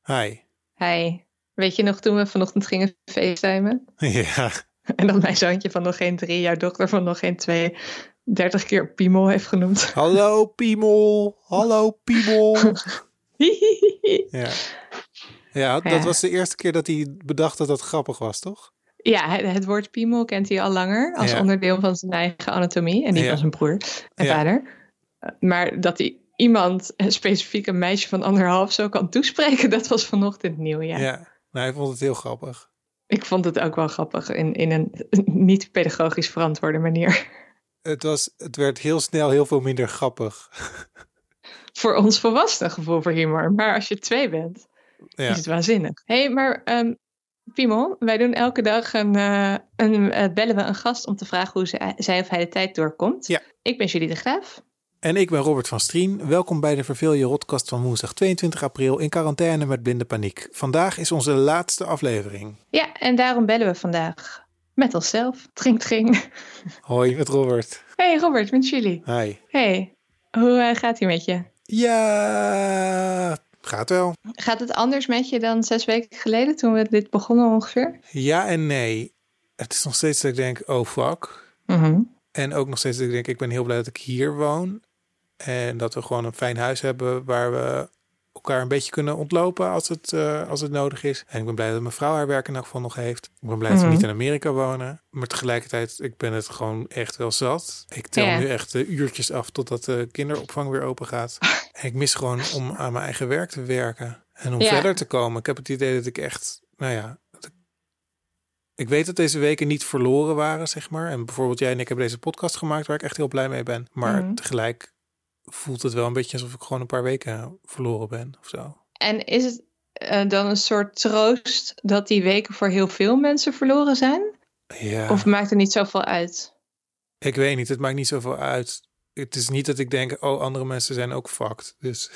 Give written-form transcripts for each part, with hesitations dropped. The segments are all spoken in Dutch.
Hi. Hi. Weet je nog toen we vanochtend gingen facetimen? Ja. En dat mijn zoontje van nog geen 3, jouw dochter van nog geen 2, 30 keer piemel heeft genoemd. Hallo piemel. Hallo piemel. Ja, dat was de eerste keer dat hij bedacht dat dat grappig was, toch? Ja, het woord piemel kent hij al langer als onderdeel van zijn eigen anatomie. En die van zijn broer en vader. Maar dat hij iemand, specifiek een meisje van 1,5 zo kan toespreken, dat was vanochtend nieuw, ja. Ja, nou, hij vond het heel grappig. Ik vond het ook wel grappig in een niet pedagogisch verantwoorde manier. Het werd heel snel heel veel minder grappig. Voor ons volwassen gevoel voor humor. Maar als je 2 bent, is het waanzinnig. Hé, maar Piemel, wij doen elke dag bellen we een gast om te vragen hoe zij of hij de tijd doorkomt. Ja. Ik ben Julie de Graaf. En ik ben Robert van Strien. Welkom bij de Verveel je Rotkast van woensdag 22 april in quarantaine met blinde paniek. Vandaag is onze laatste aflevering. Ja, en daarom bellen we vandaag met onszelf. Tring. Hoi, met Robert. Hey Robert, met Julie. Hi. Hey, hoe gaat ie met je? Ja, gaat wel. Gaat het anders met je dan 6 weken geleden toen we dit begonnen ongeveer? Ja en nee. Het is nog steeds dat ik denk, oh fuck. Mm-hmm. En ook nog steeds dat ik denk, ik ben heel blij dat ik hier woon. En dat we gewoon een fijn huis hebben waar we elkaar een beetje kunnen ontlopen als het nodig is. En ik ben blij dat mijn vrouw haar werk in elk geval nog heeft. Ik ben blij dat we niet in Amerika wonen. Maar tegelijkertijd, ik ben het gewoon echt wel zat. Ik tel nu echt uurtjes af totdat de kinderopvang weer open gaat. En ik mis gewoon om aan mijn eigen werk te werken. En om verder te komen. Ik heb het idee dat ik echt, ik weet dat deze weken niet verloren waren, zeg maar. En bijvoorbeeld jij en ik hebben deze podcast gemaakt waar ik echt heel blij mee ben. Maar tegelijk voelt het wel een beetje alsof ik gewoon een paar weken verloren ben of zo. En is het dan een soort troost dat die weken voor heel veel mensen verloren zijn? Ja. Of maakt het niet zoveel uit? Ik weet niet, het maakt niet zoveel uit. Het is niet dat ik denk, oh, andere mensen zijn ook fucked. Dus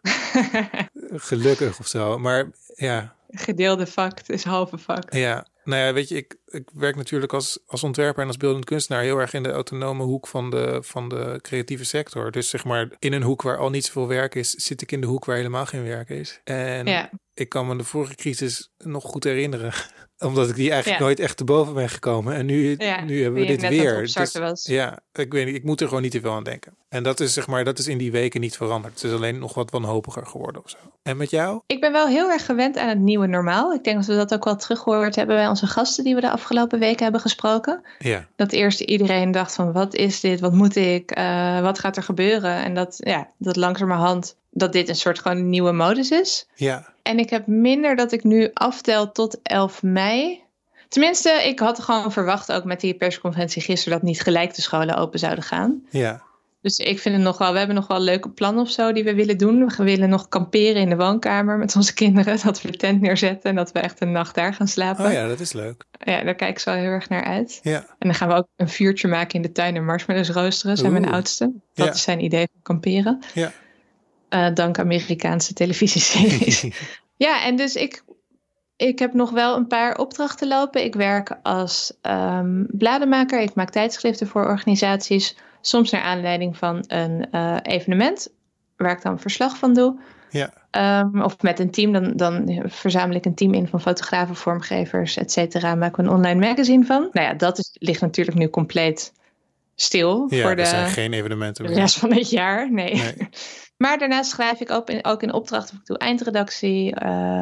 gelukkig of zo. Maar ja. Gedeelde fact is halve fact. Ja. Nou ja, weet je, ik werk natuurlijk als ontwerper en als beeldend kunstenaar heel erg in de autonome hoek van de creatieve sector. Dus zeg maar in een hoek waar al niet zoveel werk is, zit ik in de hoek waar helemaal geen werk is. En ik kan me de vorige crisis nog goed herinneren. Omdat ik die eigenlijk nooit echt te boven ben gekomen. En nu hebben we dit weer. Dus, ja, ik weet niet, ik moet er gewoon niet te veel aan denken. En dat is dat is in die weken niet veranderd. Het is alleen nog wat wanhopiger geworden of zo. En met jou? Ik ben wel heel erg gewend aan het nieuwe normaal. Ik denk dat we dat ook wel teruggehoord hebben bij onze gasten die we de afgelopen weken hebben gesproken. Ja. Dat eerst iedereen dacht van, wat is dit? Wat moet ik? Wat gaat er gebeuren? En dat langzamerhand dat dit een soort gewoon nieuwe modus is. Ja. En ik heb minder dat ik nu aftel tot 11 mei. Tenminste, ik had gewoon verwacht ook met die persconferentie gisteren dat niet gelijk de scholen open zouden gaan. Ja. Dus ik vind het nog wel, we hebben nog wel leuke plannen of zo die we willen doen. We willen nog kamperen in de woonkamer met onze kinderen. Dat we de tent neerzetten en dat we echt een nacht daar gaan slapen. Oh ja, dat is leuk. Ja, daar kijk ik zo heel erg naar uit. Ja. En dan gaan we ook een vuurtje maken in de tuin en marshmallows roosteren. Zijn mijn oudste. Dat is zijn idee van kamperen. Ja. Dank Amerikaanse televisieseries. Ja, en dus ik heb nog wel een paar opdrachten lopen. Ik werk als bladenmaker. Ik maak tijdschriften voor organisaties. Soms naar aanleiding van een evenement waar ik dan verslag van doe. Ja. Of met een team. Dan verzamel ik een team in van fotografen, vormgevers, et cetera. Maken we een online magazine van. Nou ja, dat ligt natuurlijk nu compleet stil. Ja, voor er zijn geen evenementen meer. De rest van het jaar, nee. Maar daarnaast schrijf ik ook in opdracht. Of ik doe eindredactie.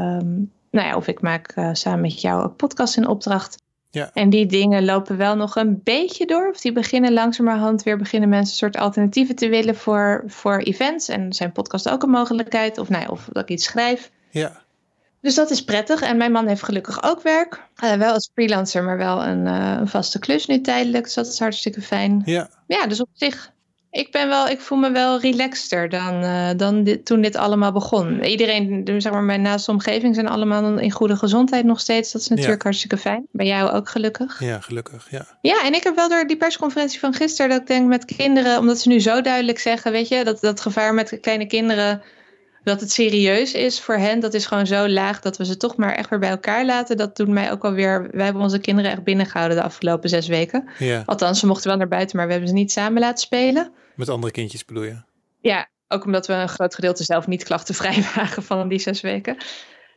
Of ik maak samen met jou een podcast in opdracht. Ja. En die dingen lopen wel nog een beetje door. Of die beginnen langzamerhand weer mensen een soort alternatieven te willen voor events. En zijn podcast ook een mogelijkheid. Of dat ik iets schrijf. Ja. Dus dat is prettig. En mijn man heeft gelukkig ook werk. Wel als freelancer, maar wel een vaste klus nu tijdelijk. Dus dat is hartstikke fijn. Ja. Ja, dus op zich. Ik voel me wel relaxter dan toen dit allemaal begon. Iedereen, zeg maar, mijn naaste omgeving zijn allemaal in goede gezondheid nog steeds. Dat is natuurlijk hartstikke fijn. Bij jou ook gelukkig. Ja, gelukkig, ja. Ja, en ik heb wel door die persconferentie van gisteren dat ik denk met kinderen, omdat ze nu zo duidelijk zeggen, weet je, dat gevaar met kleine kinderen, dat het serieus is voor hen, dat is gewoon zo laag dat we ze toch maar echt weer bij elkaar laten. Dat doet mij ook alweer. Wij hebben onze kinderen echt binnengehouden de afgelopen 6 weken. Ja. Althans, ze mochten wel naar buiten, maar we hebben ze niet samen laten spelen. Met andere kindjes bedoel je? Ja, ook omdat we een groot gedeelte zelf niet klachtenvrij waren van die 6 weken.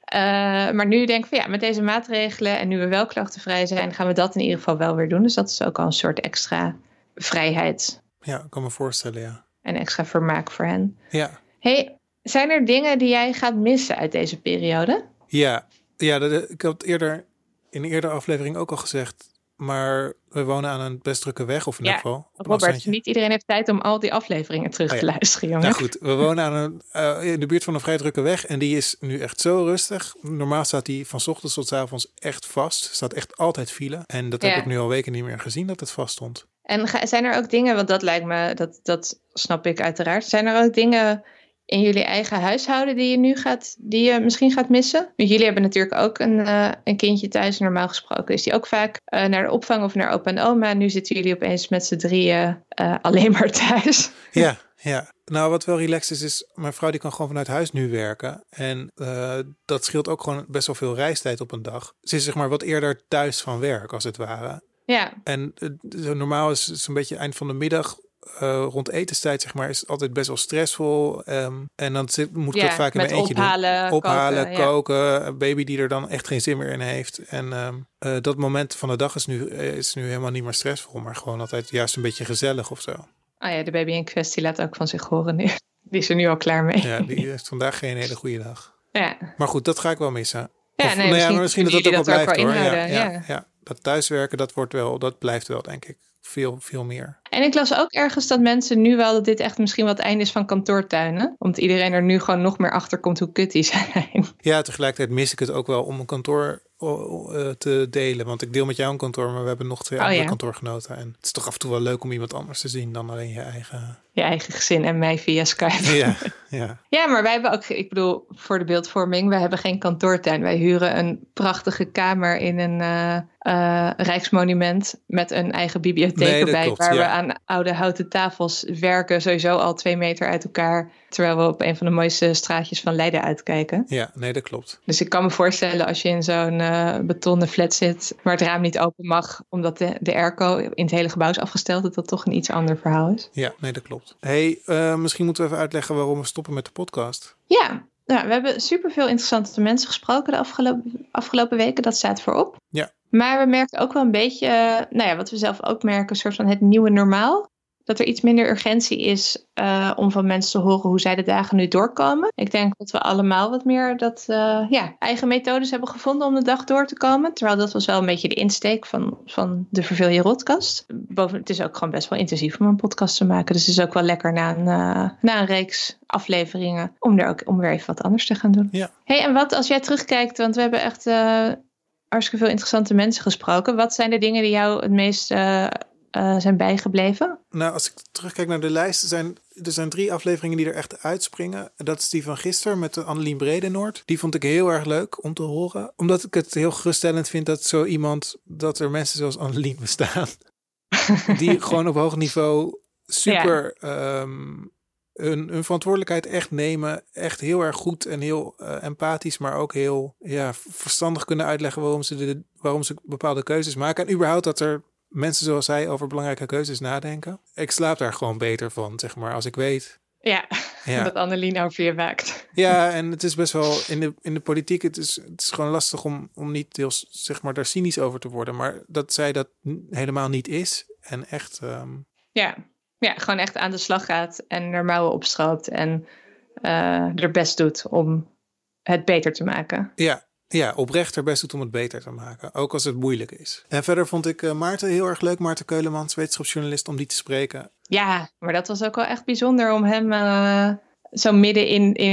Maar nu denk ik van met deze maatregelen en nu we wel klachtenvrij zijn, gaan we dat in ieder geval wel weer doen. Dus dat is ook al een soort extra vrijheid. Ja, ik kan me voorstellen, ja. En extra vermaak voor hen. Ja. Hey, zijn er dingen die jij gaat missen uit deze periode? Ja, ik had in een eerdere aflevering ook al gezegd, maar we wonen aan een best drukke weg, of in ieder geval. Robert, niet iedereen heeft tijd om al die afleveringen terug te luisteren, jongen. Nou goed, we wonen aan in de buurt van een vrij drukke weg en die is nu echt zo rustig. Normaal staat die van 's ochtends tot 's avonds echt vast. Er staat echt altijd file. En dat heb ik nu al weken niet meer gezien dat het vast stond. En zijn er ook dingen, want dat lijkt me, dat snap ik uiteraard. Zijn er ook dingen in jullie eigen huishouden die je misschien gaat missen? Want jullie hebben natuurlijk ook een kindje thuis. Normaal gesproken is die ook vaak naar de opvang of naar opa en oma. Nu zitten jullie opeens met z'n drieën alleen maar thuis. Ja. Nou, wat wel relaxed is mijn vrouw die kan gewoon vanuit huis nu werken. En dat scheelt ook gewoon best wel veel reistijd op een dag. Ze is zeg maar wat eerder thuis van werk, als het ware. Ja. En normaal is het zo'n beetje eind van de middag, rond etenstijd, zeg maar, is het altijd best wel stressvol. En dan moet ik dat vaak in mijn eentje doen. Ophalen, koken. Een baby die er dan echt geen zin meer in heeft. En dat moment van de dag is nu helemaal niet meer stressvol, maar gewoon altijd juist een beetje gezellig of zo. Oh ja, de baby in kwestie laat ook van zich horen nu. Die is er nu al klaar mee. Ja, die heeft vandaag geen hele goede dag. Ja. Maar goed, dat ga ik wel missen. Ja, misschien dat ook wel blijft hoor. Ja, dat thuiswerken, dat blijft wel, denk ik. Veel meer. En ik las ook ergens dat mensen nu wel dat dit echt misschien wel het einde is van kantoortuinen. Omdat iedereen er nu gewoon nog meer achter komt hoe kut die zijn. Ja, tegelijkertijd mis ik het ook wel om een kantoor te delen. Want ik deel met jou een kantoor, maar we hebben nog 2 andere kantoorgenoten. En het is toch af en toe wel leuk om iemand anders te zien dan alleen je eigen... Je eigen gezin en mij via Skype. Ja. Ja, maar wij hebben ook, ik bedoel, voor de beeldvorming, wij hebben geen kantoortuin. Wij huren een prachtige kamer in een Rijksmonument met een eigen bibliotheek erbij. Klopt, waar we aan oude houten tafels werken, sowieso al 2 meter uit elkaar. Terwijl we op een van de mooiste straatjes van Leiden uitkijken. Ja, nee, dat klopt. Dus ik kan me voorstellen als je in zo'n betonnen flat zit, waar het raam niet open mag, omdat de airco in het hele gebouw is afgesteld, dat toch een iets ander verhaal is. Ja, nee, dat klopt. Hey, misschien moeten we even uitleggen waarom we stoppen met de podcast. Ja, nou, we hebben superveel interessante mensen gesproken de afgelopen weken. Dat staat voorop. Ja. Maar we merken ook wel een beetje, wat we zelf ook merken, een soort van het nieuwe normaal. Dat er iets minder urgentie is om van mensen te horen hoe zij de dagen nu doorkomen. Ik denk dat we allemaal wat meer eigen methodes hebben gevonden om de dag door te komen. Terwijl dat was wel een beetje de insteek van de Verveel je Rotkast. Het is ook gewoon best wel intensief om een podcast te maken. Dus het is ook wel lekker na een reeks afleveringen om weer even wat anders te gaan doen. Ja. Hey, en wat als jij terugkijkt, want we hebben echt hartstikke veel interessante mensen gesproken. Wat zijn de dingen die jou het meest zijn bijgebleven? Nou, als ik terugkijk naar de lijst, er zijn 3 afleveringen die er echt uitspringen. Dat is die van gisteren met Annelien Bredenoord. Die vond ik heel erg leuk om te horen. Omdat ik het heel geruststellend vind dat er mensen zoals Annelien bestaan. Die gewoon op hoog niveau super hun verantwoordelijkheid echt nemen. Echt heel erg goed en heel empathisch, maar ook heel verstandig kunnen uitleggen waarom ze bepaalde keuzes maken. En überhaupt dat er mensen zoals zij over belangrijke keuzes nadenken. Ik slaap daar gewoon beter van, zeg maar, als ik weet. Ja. Dat Annelien over je waakt. Ja, en het is best wel in de politiek, het is gewoon lastig om niet heel, zeg maar, daar cynisch over te worden. Maar dat zij dat helemaal niet is. En echt... Ja, gewoon echt aan de slag gaat en er mouwen opstroopt en er best doet om het beter te maken. Ja, oprecht haar best doet om het beter te maken. Ook als het moeilijk is. En verder vond ik Maarten heel erg leuk. Maarten Keulemans, wetenschapsjournalist, om die te spreken. Ja, maar dat was ook wel echt bijzonder om hem zo midden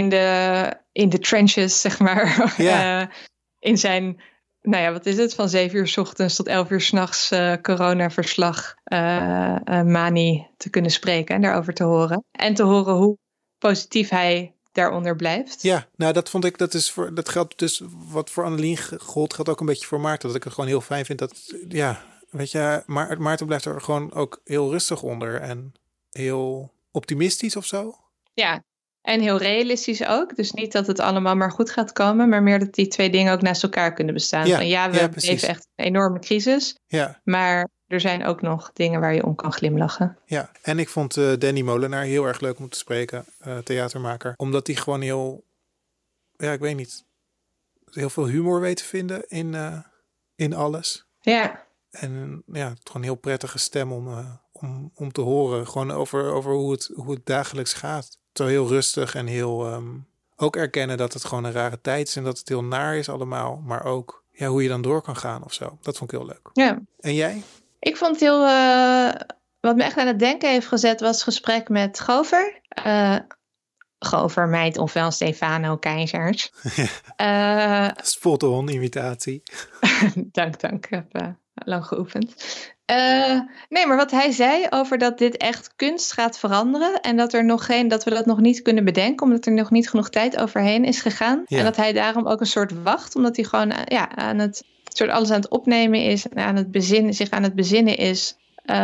in de trenches, zeg maar. Ja. In zijn, wat is het? Van 7 uur 's ochtends tot 11 uur 's nachts coronaverslag manie te kunnen spreken en daarover te horen. En te horen hoe positief hij daaronder blijft. Ja, nou dat vond ik, dat geldt dus wat voor Annelien gold, geldt ook een beetje voor Maarten. Dat ik het gewoon heel fijn vind dat, weet je, Maarten blijft er gewoon ook heel rustig onder en heel optimistisch of zo. Ja. En heel realistisch ook. Dus niet dat het allemaal maar goed gaat komen, maar meer dat die 2 dingen ook naast elkaar kunnen bestaan. Ja, we leven echt een enorme crisis. Ja. Maar er zijn ook nog dingen waar je om kan glimlachen. Ja, en ik vond Danny Molenaar heel erg leuk om te spreken, theatermaker. Omdat hij gewoon heel, ik weet niet, heel veel humor weet te vinden in alles. Ja. En ja, het gewoon een heel prettige stem om te horen. Gewoon over hoe het dagelijks gaat. Zo heel rustig en heel... ook erkennen dat het gewoon een rare tijd is en dat het heel naar is allemaal. Maar ook hoe je dan door kan gaan of zo. Dat vond ik heel leuk. Ja. En jij? Ik vond heel... wat me echt aan het denken heeft gezet was het gesprek met Gover. Gover, meid, ofwel Stefano Keizers. Spot on imitatie. Dank. Ik heb lang geoefend. Nee, maar wat hij zei over dat dit echt kunst gaat veranderen en dat we dat nog niet kunnen bedenken, omdat er nog niet genoeg tijd overheen is gegaan. Ja. En dat hij daarom ook een soort wacht, omdat hij gewoon aan het soort alles aan het opnemen is en zich aan het bezinnen is.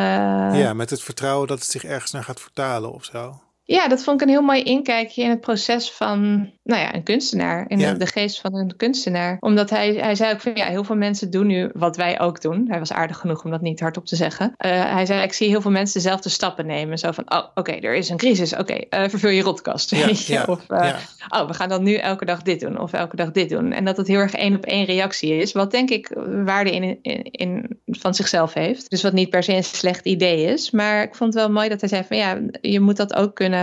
Met het vertrouwen dat het zich ergens naar gaat vertalen of zo. Ja, dat vond ik een heel mooi inkijkje in het proces van een kunstenaar. In de geest van een kunstenaar. Omdat hij zei ook van heel veel mensen doen nu wat wij ook doen. Hij was aardig genoeg om dat niet hardop te zeggen. Hij zei, ik zie heel veel mensen dezelfde stappen nemen. Zo van, oké, er is een crisis. Oké, vervul je rotkast. Weet je? Of, we gaan dan nu elke dag dit doen. Of elke dag dit doen. En dat het heel erg 1-op-1 reactie is. Wat denk ik waarde in van zichzelf heeft. Dus wat niet per se een slecht idee is. Maar ik vond het wel mooi dat hij zei van je moet dat ook kunnen.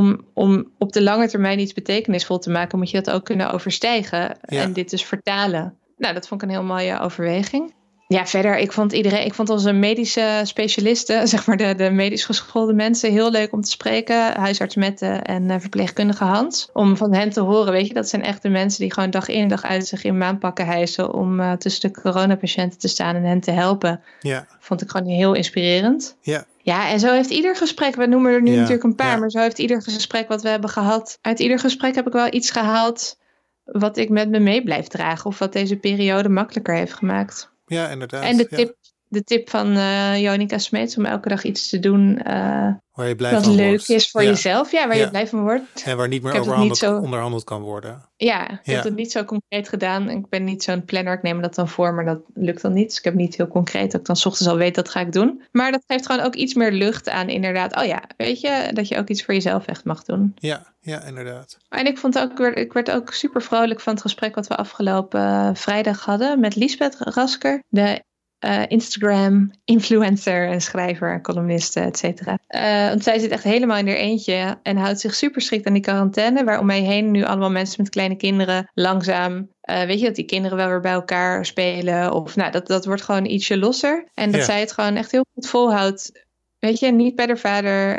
Om op de lange termijn iets betekenisvol te maken, moet je dat ook kunnen overstijgen. En dit dus vertalen. Nou, dat vond ik een heel mooie overweging. Ja, verder, ik vond onze medische specialisten, zeg maar de medisch geschoolde mensen, heel leuk om te spreken. Huisarts Mette en verpleegkundige Hans. Om van hen te horen, weet je, dat zijn echt de mensen die gewoon dag in en dag uit zich in maanpakken hijsen om tussen de coronapatiënten te staan en hen te helpen. Ja. Vond ik gewoon heel inspirerend. Ja. Ja, en zo heeft ieder gesprek, we noemen er nu natuurlijk een paar, maar zo heeft ieder gesprek wat we hebben gehad. Uit ieder gesprek heb ik wel iets gehaald wat ik met me mee blijf dragen of wat deze periode makkelijker heeft gemaakt. Ja, inderdaad. En de tip van Jonica Smeets om elke dag iets te doen waar je blij wat van leuk wordt. is voor jezelf. Ja, waar je blij van wordt. En waar niet meer onderhandeld kan worden. Ja, ik heb het niet zo concreet gedaan. Ik ben niet zo'n planner. Ik neem dat dan voor, maar dat lukt dan niet. Dus ik heb niet heel concreet dat ik dan 's ochtends al weet dat ga ik doen. Maar dat geeft gewoon ook iets meer lucht aan inderdaad. Weet je, dat je ook iets voor jezelf echt mag doen. Ja, inderdaad. En ik werd ook super vrolijk van het gesprek wat we afgelopen vrijdag hadden met Liesbeth Rasker. De Instagram influencer en schrijver en columniste, et cetera. Want zij zit echt helemaal in haar eentje en houdt zich super strikt aan die quarantaine, waar om mij heen nu allemaal mensen met kleine kinderen langzaam, weet je, dat die kinderen wel weer bij elkaar spelen. Of dat wordt gewoon ietsje losser. En dat zij het gewoon echt heel goed volhoudt. Weet je, niet bij haar vader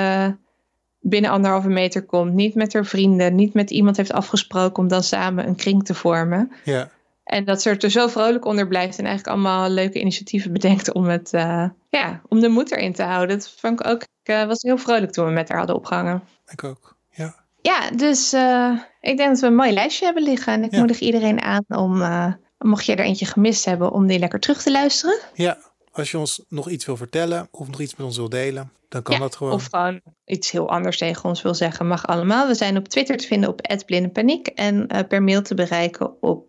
binnen 1,5 meter komt. Niet met haar vrienden. Niet met iemand heeft afgesproken om dan samen een kring te vormen. Ja. En dat ze er zo vrolijk onder blijft en eigenlijk allemaal leuke initiatieven bedenkt om het, om de moed erin te houden. Dat vond ik ook, was heel vrolijk toen we met haar hadden opgehangen. Ik ook, ja. Ja, dus ik denk dat we een mooi lijstje hebben liggen. En ik moedig iedereen aan om, mocht je er eentje gemist hebben, om die lekker terug te luisteren. Ja, als je ons nog iets wil vertellen of nog iets met ons wil delen, dan kan dat gewoon. Of gewoon iets heel anders tegen ons wil zeggen, mag allemaal. We zijn op Twitter te vinden op @blindepaniek en per mail te bereiken op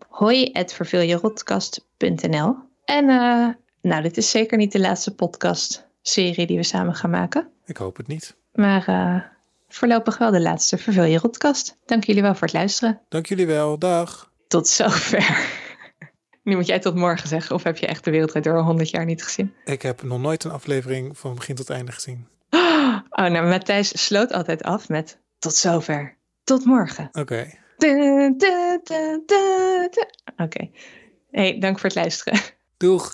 hoi@verveeljerotkast.nl. En dit is zeker niet de laatste podcast-serie die we samen gaan maken. Ik hoop het niet. Maar voorlopig wel de laatste Verveel je Rotkast. Dank jullie wel voor het luisteren. Dank jullie wel, dag. Tot zover. Nu moet jij tot morgen zeggen, of heb je echt de Wereldrijd Door 100 jaar niet gezien? Ik heb nog nooit een aflevering van begin tot einde gezien. Matthijs sloot altijd af met tot zover. Tot morgen. Oké. Oké. Hey, dank voor het luisteren. Doeg.